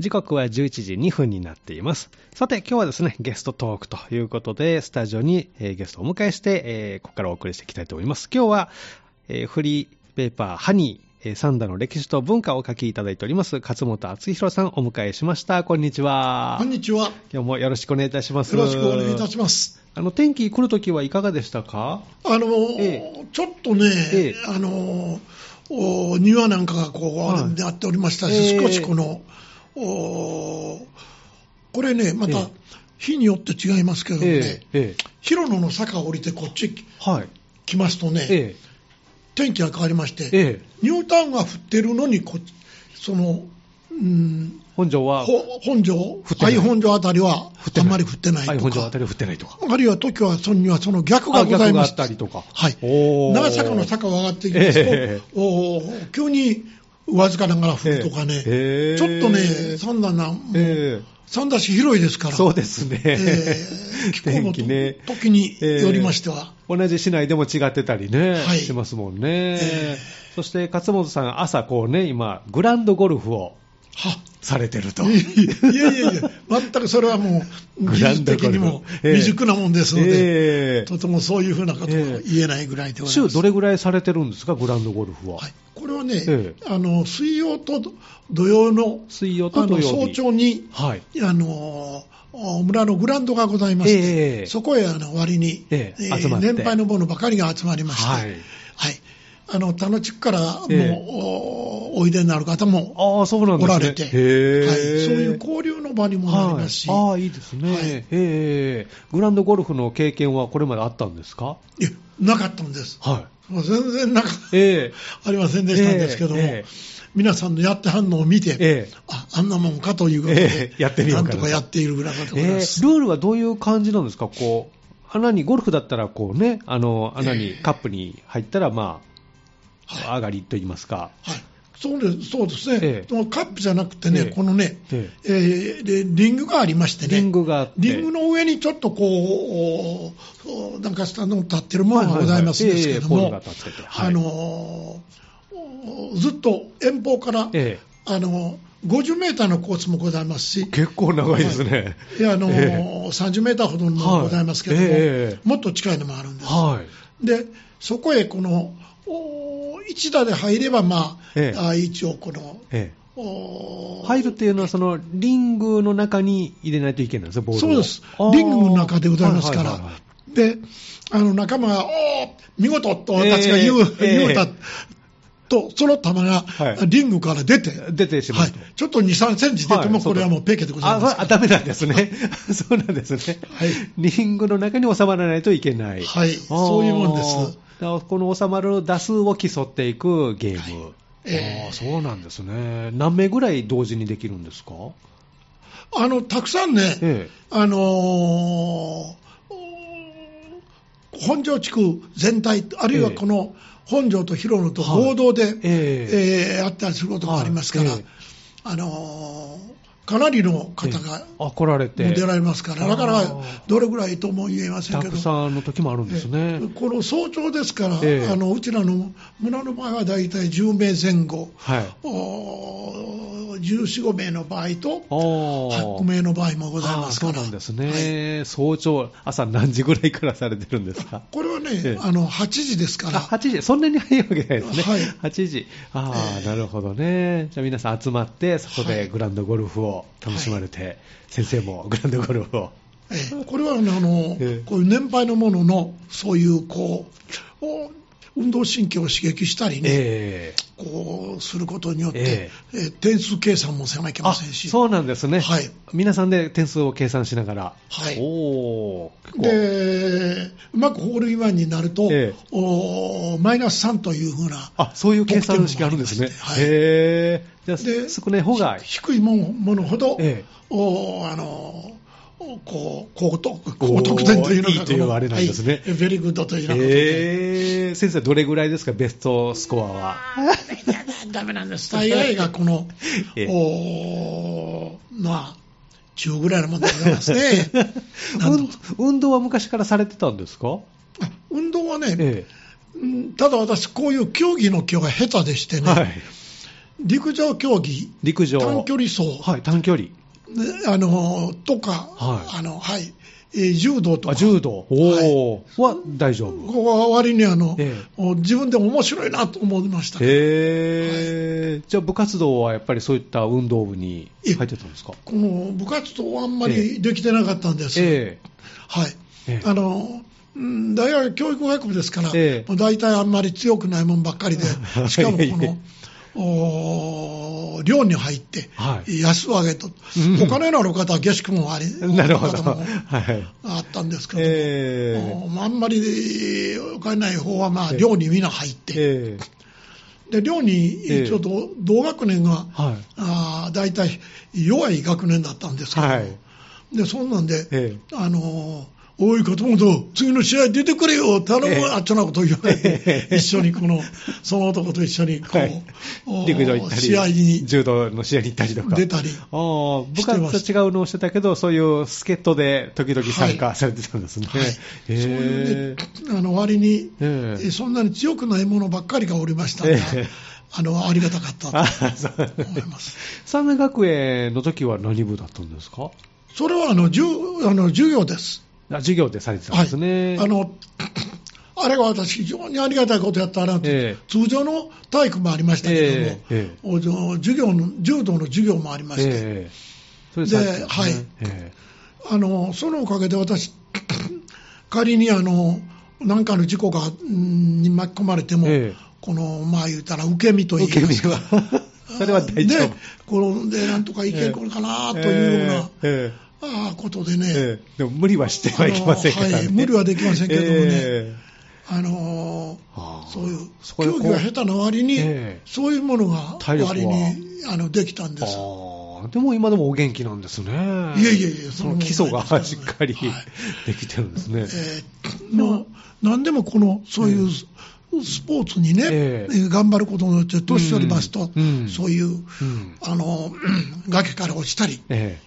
時刻は11時2分になっています。さて今日はですね、ゲストトークということでスタジオにゲストをお迎えして、ここからお送りしていきたいと思います。今日はフリーペーパーハニー三田の歴史と文化をお書きいただいております勝本敦弘さんお迎えしました。こんにちは。 こんにちは。 今日もよろしくお願いいたします。 よろしくお願いいたします。 天気来るときはいかがでしたか？ ちょっとね、庭なんかがあれであっておりましたし、少しこれね、また日によって違いますけどね、広野の坂を降りてこっち来ますとね、天気が変わりまして、ニュータウンが降ってるのに本庄は愛本庄あたりはあんまり降ってないとか、 本庄あたりは降ってないとか、 あるいは時はその逆がございましたりとか、 長坂の坂を上がっていきますと、急にわずかながら降るとかね、ちょっとね、三田市広いですから、 そうですね、 気候の時によりましては、 同じ市内でも違ってたりね、しますもんね。そして勝本さん、朝今グランドゴルフをされてると。 いや、全くそれはもう技術的にも未熟なもんですので、とてもそういうふうなことは言えないぐらいでございます。 週どれぐらいされてるんですか、グランドゴルフは。 これはね、水曜と土曜の早朝に、村のグラウンドがございまして、そこへ割に、年配の者ばかりが集まりまして、田野地区からもおいでになる方もおられて、そういう交流の場にもなりますし、 いいですね。グランドゴルフの経験はこれまであったんですか？ いや、なかったんです。もう全然ありませんでしたんですけども、皆さんのやってはんのを見て、あんなもんかということで、なんとかやっているぐらいだと思います。 ルールはどういう感じなんですか？穴に、ゴルフだったら穴にカップに入ったら上がりと言いますか。 そうですね、カップじゃなくてね、リングがありましてね、リングの上にちょっとなんか下の立ってるものがございますんですけども、ずっと遠方から、50メーターのコースもございますし、 結構長いですね。 30メーターほどのもございますけども、もっと近いのもあるんです。で、そこへ一打で入れば、一応入るっていうのは、そのリングの中に入れないといけないんですよ、ボールを。 そうです。リングの中でございますから。で、仲間が、見事と私が言うたと、その球がリングから出てしまうと。 ちょっと2、3センチ出ても、これはもうペケでございます。 ダメなんですね。そうなんですね。リングの中に収まらないといけない。 そういうもんです。 この収まる打数を競っていくゲーム。そうなんですね。何名ぐらい同時にできるんですか？ たくさんね、本庄地区全体、あるいはこの本庄と広野と合同で、やったりすることがありますから、かなりの方が来られて出られますから、だからどれぐらいとも言えませんけど、 たくさんの時もあるんですね。 この早朝ですから、うちらの村の場合はだいたい10名前後、14、5名の場合と8名の場合もございますから。 そうなんですね。早朝、朝何時ぐらいからされてるんですか？ これはね、8時ですから。 8時、そんなに早いわけないですね。8時。なるほどね。じゃあ皆さん集まって、そこでグランドゴルフを楽しまれて、先生もグランドゴルフを。 これはこういう年配のもののそういう運動神経を刺激したりね、することによって、点数計算もせなきゃいけませんし。 そうなんですね。皆さんで点数を計算しながら。 で、うまくホールインワンになると、マイナス3というふうな。 そういう計算式あるんですね。じゃあ少ない方が低いものほど、高得点というのがいいというあれなんですね。 ベリーグッドというようなことで。 先生どれぐらいですか、ベストスコアは。 ダメなんです。大概が10ぐらいのものでございますね。 運動は昔からされてたんですか？ 運動はね、ただ私こういう競技の今日が下手でしてね、 陸上競技、短距離走、 はい、短距離とか、はい、柔道とか。 柔道は大丈夫。 ここは割に自分でも面白いなと思いました。 じゃあ部活動はやっぱりそういった運動部に入ってたんですか？ この部活動はあんまりできてなかったんです。はい。大学教育学部ですから、大体あんまり強くないもんばっかりで、しかもこの、寮に入って、安を上げと、お金のある方は下宿もあったんですけども、あんまりお金ない方は寮にみんな入って、で寮にちょっと同学年が、大体弱い学年だったんですけども、でそんなんで、おい、片本、次の試合出てくれよ、頼む、あっちょなこと言われて、一緒にその男と一緒に陸上行ったり、 試合に柔道の試合に行ったりとか、 出たり部活と違うのをしてたけど、そういう助っ人で時々参加されてたんですね。 そういう割に、そんなに強くないものばっかりがおりましたが、ありがたかったと思います。 三年学園の時は何部だったんですか？ それは授業です。 授業でされてたんですね。 あれが私非常にありがたいことやったなと、通常の体育もありましたけども、柔道の授業もありまして、で、はい、そのおかげで私仮に何かの事故に巻き込まれても、言うたら受け身といいますか、 それは大丈夫でこれでなんとかいけるかなというような。ことでね、 でも無理はしてはいけませんからね。 無理はできませんけどもね、そういう競技が下手な割に、そういうものが割にできたんです。 でも今でもお元気なんですね。 いえ、 その基礎がしっかりできてるんですね。 何でもそういうスポーツにね、頑張ることによって年取りますと、そういう崖から落ちたり、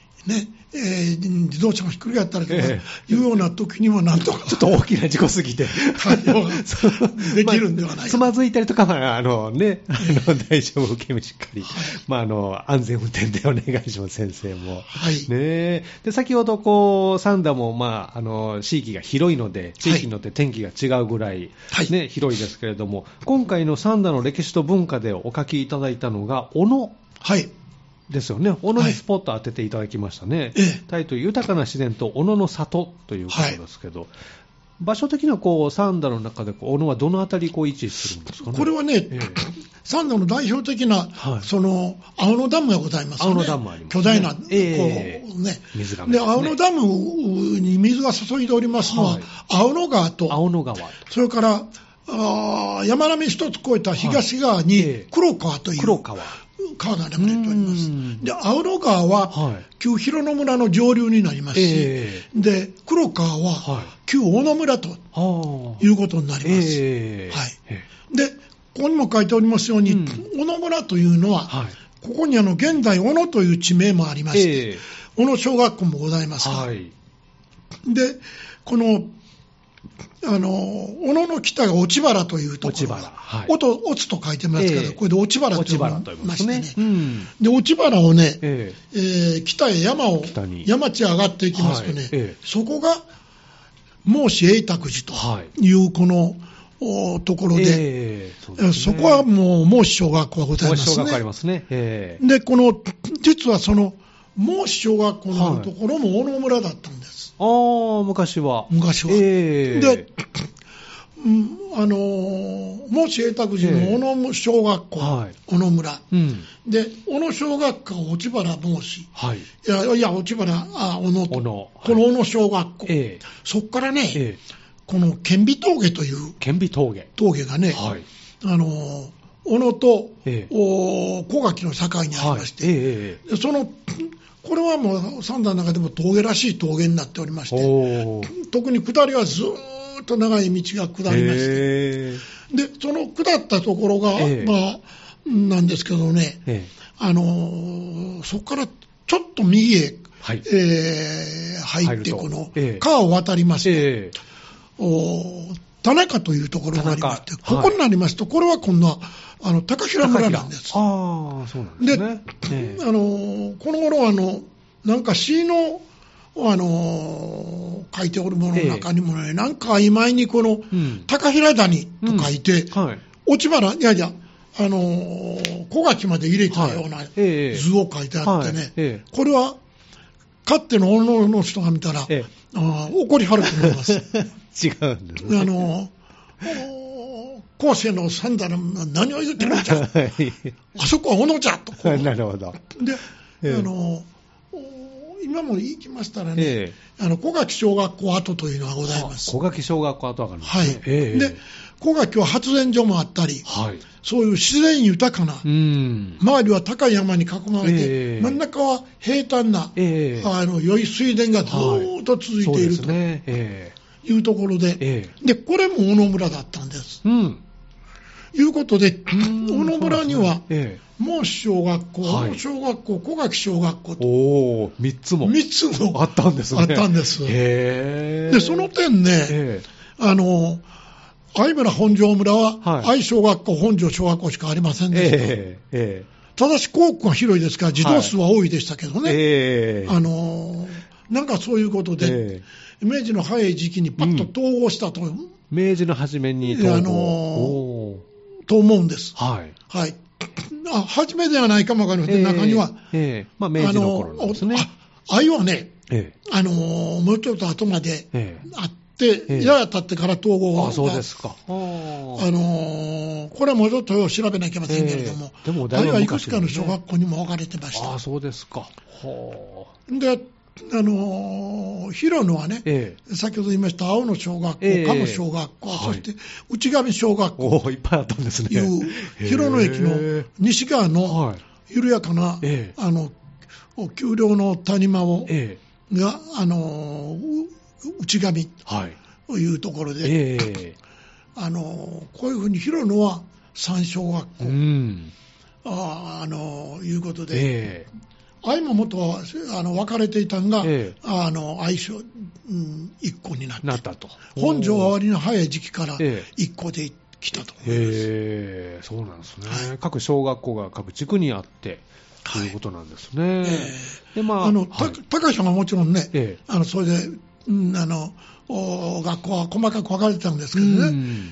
自動車がひっくり返ったりとかいうような時にもなんとかちょっと大きな事故すぎてできるんではないか、 つまずいたりとかは大丈夫、受け身しっかり、安全運転でお願いします、先生も。で先ほど三田も地域が広いので、地域によって天気が違うぐらい、広いですけれども、今回の三田の歴史と文化でお書きいただいたのが小野ですよね。小野にスポット当てていただきましたね。タイトル、豊かな自然と小野の里ということですけど、場所的には三田の中で小野はどのあたり位置するんですかね。 これはね、三田の代表的な、青野ダムがございますよね。青野ダムありますね。巨大な、水がで、青野ダムに水が注いでおりますのは、青野川と、それから山並一つ越えた東側に黒川という、川が流れております。で、青野川は、旧広野村の上流になりますし、で、黒川は、旧小野村ということになります。で、ここにも書いておりますように、小野村というのは、ここに現在小野という地名もありまして、小野小学校もございますが、で、この小野の北が落原というところが、落つと書いてますけど、これで落原と言いましてね。で、落原をね、北へ山地へ上がっていきますとね、そこが孟子永卓寺というこのところで、そこはもう孟子小学校がございますね。で、実はその孟子小学校のあるところも小野村だったんです。 昔は。 で、孟子永卓寺の小野小学校、小野村、で、小野小学校、落原孟子、落原、小野と、この小野小学校、そこからね、この顕微峠という峠がね、小野と小垣の境にありまして、これはもう三田の中でも峠らしい峠になっておりまして、特に下りはずーっと長い道が下りまして、で、その下ったところが、なんですけどね、そこからちょっと右へ、入って、この川を渡りますと、 田中というところがありまして、ここになりますと、これは今度は高平村なんです。 ああ、そうなんですね。 で、この頃なんか詩の書いておるものの中にもね、なんか曖昧にこの高平谷と書いて、落ち原、いやいや、小垣まで入れたような図を書いてあってね、これは、かっての女の人が見たら、怒りはると思います。 違うんですね。 後世のサンダル、何を言ってるんじゃ、あそこは小野じゃと。 なるほど。 で、今も言いきましたらね、小垣小学校跡というのがございます。 小垣小学校跡があるんですね。で、小垣は発電所もあったり、そういう自然豊かな、周りは高い山に囲まれて、真ん中は平坦な、良い水田がずーっと続いているというところで、で、これも小野村だったんです。いうことで、小野村には、もう小学校、小学校、小垣小学校と。 3つも。 3つも。 あったんですね。 あったんです。で、その点ね、相村本庄村は、愛小学校、本庄小学校しかありませんでした。ただし、校区が広いですから、児童数は多いでしたけどね。なんかそういうことで、明治の早い時期にパッと統合したと。 明治の初めに統合。 と思うんです。 はい。 初めではないかもわかりません。中には。 明治の頃なんですね。 愛はね、もうちょっと後まであって、やや経ってから統合が。 そうですか。 これはもうちょっと調べなきゃいけませんけれども、愛はいくつかの小学校にも分かれてました。 そうですか。 で、広野はね、先ほど言いました青野小学校、加茂小学校、そして内上小学校、 いっぱいあったんですね。 いう広野駅の西側の緩やかな、丘陵の谷間を、が、内上というところで、こういうふうに広野は三小学校、いうことで、愛も元は分かれていたのが、愛称、一個になったと。本庄は割の早い時期から一個で来たと思います。 そうなんですね。各小学校が各地区にあって、ということなんですね。 で、高橋がもちろんね、それで、学校は細かく分かれてたんですけどね、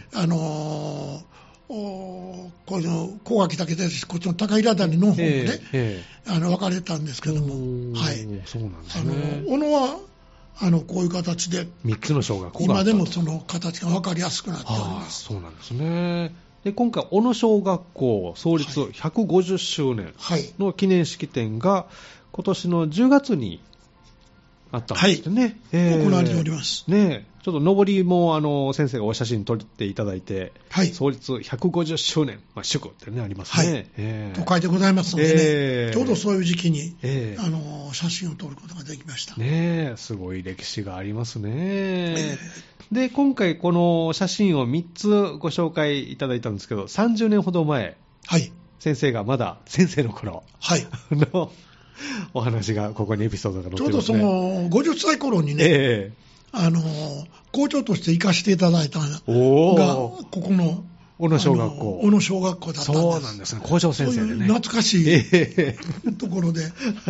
この小垣だけでこっちの高平谷の方もね、分かれたんですけども、 そうなんですね。 小野はこういう形で 3つの小学校が今でもその形が分かりやすくなっております。 そうなんですね。で、今回小野小学校創立150周年の記念式典が今年の10月にあったんですね。 行われております。 ちょっと上りも先生がお写真撮っていただいて、創立150周年、祝ってね、ありますね。 と書いてございますのでね、ちょうどそういう時期に、写真を撮ることができました。 すごい歴史がありますね。で、今回この写真を3つご紹介いただいたんですけど、30年ほど前、先生がまだ先生の頃のお話がここにエピソードが載ってますね。 ちょうどその50歳頃にね、校長として行かせていただいたのが、ここの小野小学校。 小野小学校だったんです。 そうなんですね。校長先生でね。 懐かしいところで。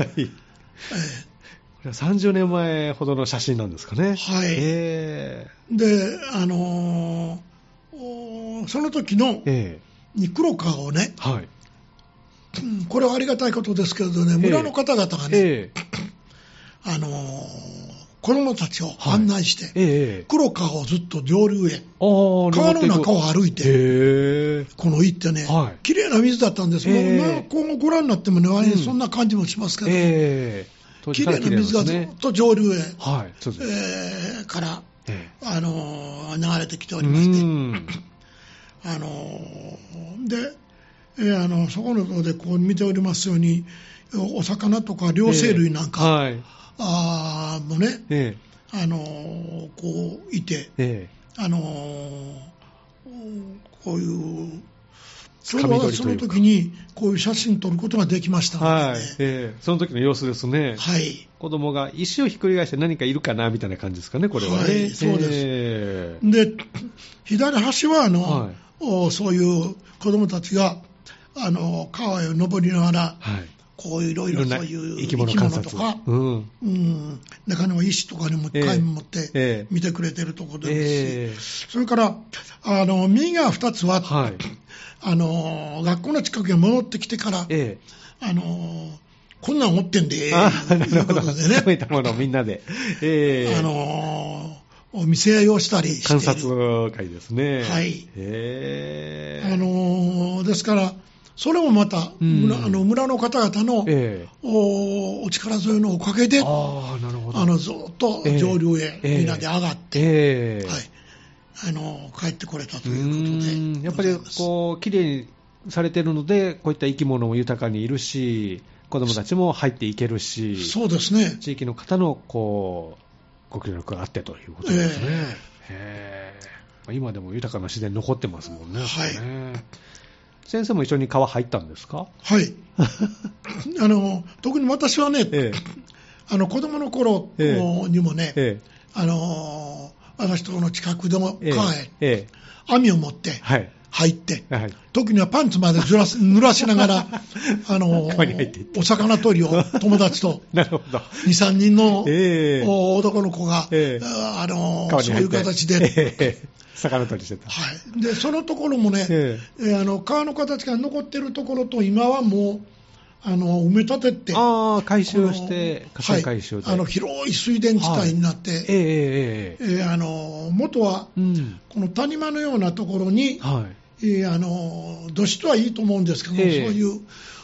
30年前ほどの写真なんですかね。 で、その時の、に黒川をね、これはありがたいことですけれどね、村の方々がね、子供たちを案内して、黒川をずっと上流へ、川の中を歩いて、この行ってね、綺麗な水だったんです。今後ご覧になってもね、そんな感じもしますけど、綺麗な水がずっと上流へ、から流れてきておりまして、で、そこのところでこう見ておりますように、お魚とか両生類なんか、もね、こういて、こういう、ちょうどその時にこういう写真撮ることができましたので、 その時の様子ですね。子供が石をひっくり返して何かいるかなみたいな感じですかね、これは。 そうです。 で、左端はそういう子供たちが川へ登りながら、こういろいろそういう生き物とか、中には石とかにも貝持って見てくれてるところですし、それから右側2つは、学校の近くに戻ってきてから、こんなん持ってんで、いうことでね。 そういったものをみんなで。 見せ合いをしたりしている。 観察会ですね。 はい。ですから、それもまた、村の方々の、お力添えのおかげで、ずっと上流へみんなで上がって、帰ってこれたということで。 やっぱり、きれいにされているので、こういった生き物も豊かにいるし、子どもたちも入っていけるし、 そうですね。 地域の方のご協力があってということですね。今でも豊かな自然残ってますもんね。先生も一緒に川入ったんですか？ はい。特に私はね、子供の頃にもね、私とこの近くの川へ網を持って入って、時にはパンツまで濡らしながらお魚取りを友達と2、3人の男の子がそういう形で魚取りしてた。 でそのところもね、川の形が残っているところと今はもう埋め立てて回収して河川回収で、 広い水田地帯になって、元はこの谷間のようなところに、土質はいいと思うんですけども、そういう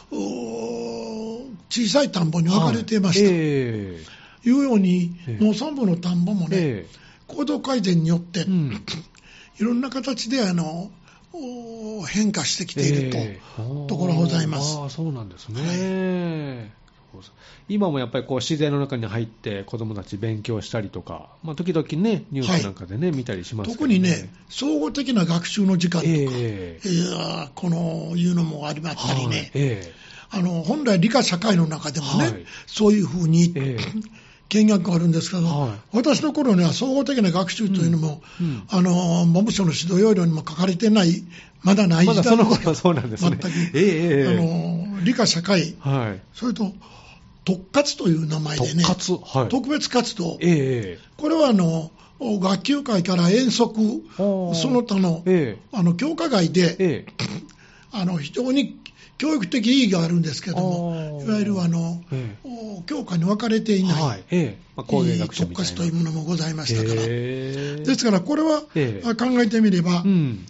小さい田んぼに分かれていました。いうように、農村部の田んぼもね、行動改善によって、いろんな形で変化してきているところがございます。 そうなんですね。今もやっぱり自然の中に入って子どもたち勉強したりとか、時々ねニュースなんかでね、見たりしますけど、 特にね総合的な学習の時間とか、このいうのもありましたりね、本来理科社会の中でもね、そういうふうに、見学があるんですけど、私の頃には総合的な学習というのも、文部省の指導要領にも書かれてない、まだない時代ですけど、 そうなんですね。 全く、理科社会、それと特活という名前でね、特別活動、これは学級会から遠足、その他の、教科外で、非常に教育的意義があるんですけども、いわゆる教科に分かれていない、特活というものもございましたから、ですからこれは、考えてみれば、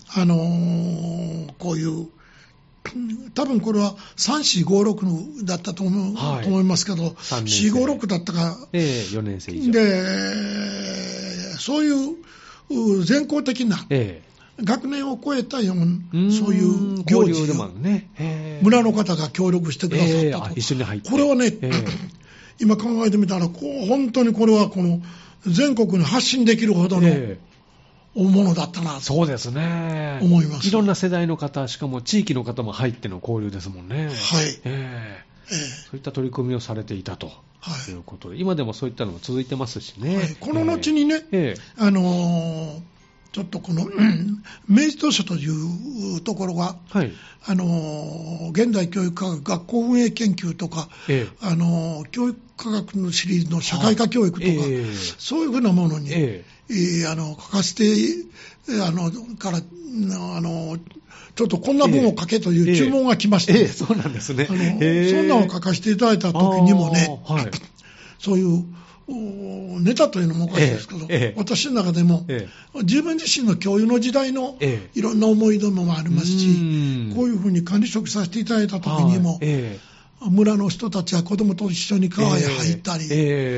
こういう多分これは3、4、5、6だったと思いますけど、4、5、6だったか、 4年生以上で、そういう全校的な、学年を超えたような、そういう行事を、村の方が協力してくださったと。 一緒に入って。 これはね、今考えてみたら、本当にこれは全国に発信できるほどの、大物だったなと。 そうですね。 思います。 いろんな世代の方、しかも地域の方も入っての交流ですもんね。そういった取り組みをされていたということで、今でもそういったのも続いてますしね。 この後にね、ちょっとこの、明治図書というところが、現代教育科学学校運営研究とか、教育科学のシリーズの社会科教育とか、そういうふうなものに、書かせてからちょっとこんな文を書けという注文が来ました、 そうなんですね。 そんなのを書かせていただいた時にもね、そういうネタというのもおかしいですけど、私の中でも、自分自身の教諭の時代のいろんな思い出もありますし、こういうふうに管理職させていただいた時にも、村の人たちは子供と一緒に川へ入ったり、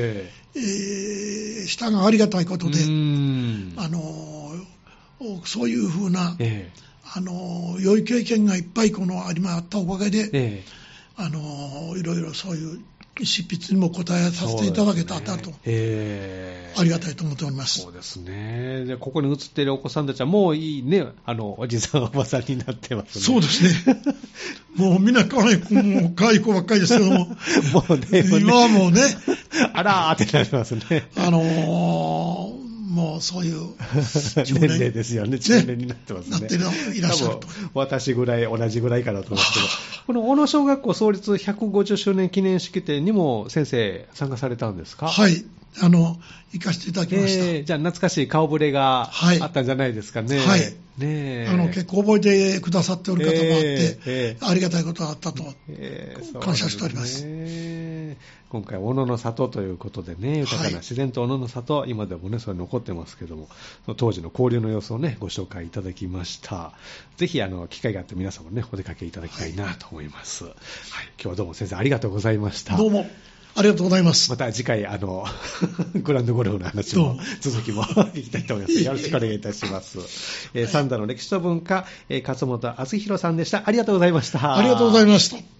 したがありがたいことで、そういうふうな、良い経験がいっぱいあったおかげで、いろいろそういう執筆にも答えさせていただけたと、ありがたいと思っております。 そうですね。でここに写っているお子さんたちはもういいね、おじさんおばさんになってますね。 そうですね。もうみんな可愛い子ばっかりですけども、もうね、今はもうね、 あらーってなりますね。 もうそういう年齢ですよね、中年になってますね。 なってるのいらっしゃると。 私ぐらい、同じぐらいかなと思うんですけど、この小野小学校創立150周年記念式典にも先生、参加されたんですか？ はい。行かせていただきました。 じゃあ、懐かしい顔ぶれがあったんじゃないですかね。 はい。結構覚えてくださっておる方もあって、ありがたいことがあったと、感謝しております。 今回、小野の里ということでね、豊かな自然と小野の里、今でもね、それ残ってますけども、当時の交流の様子をね、ご紹介いただきました。ぜひ、機会があって皆さんもね、お出かけいただきたいなと思います。はい。今日はどうも先生ありがとうございました。 どうも。ありがとうございます。 また次回、グランドゴルフの話も、続きもいきたいと思います。よろしくお願いいたします。三田の歴史と文化、勝本敦弘さんでした。ありがとうございました。 ありがとうございました。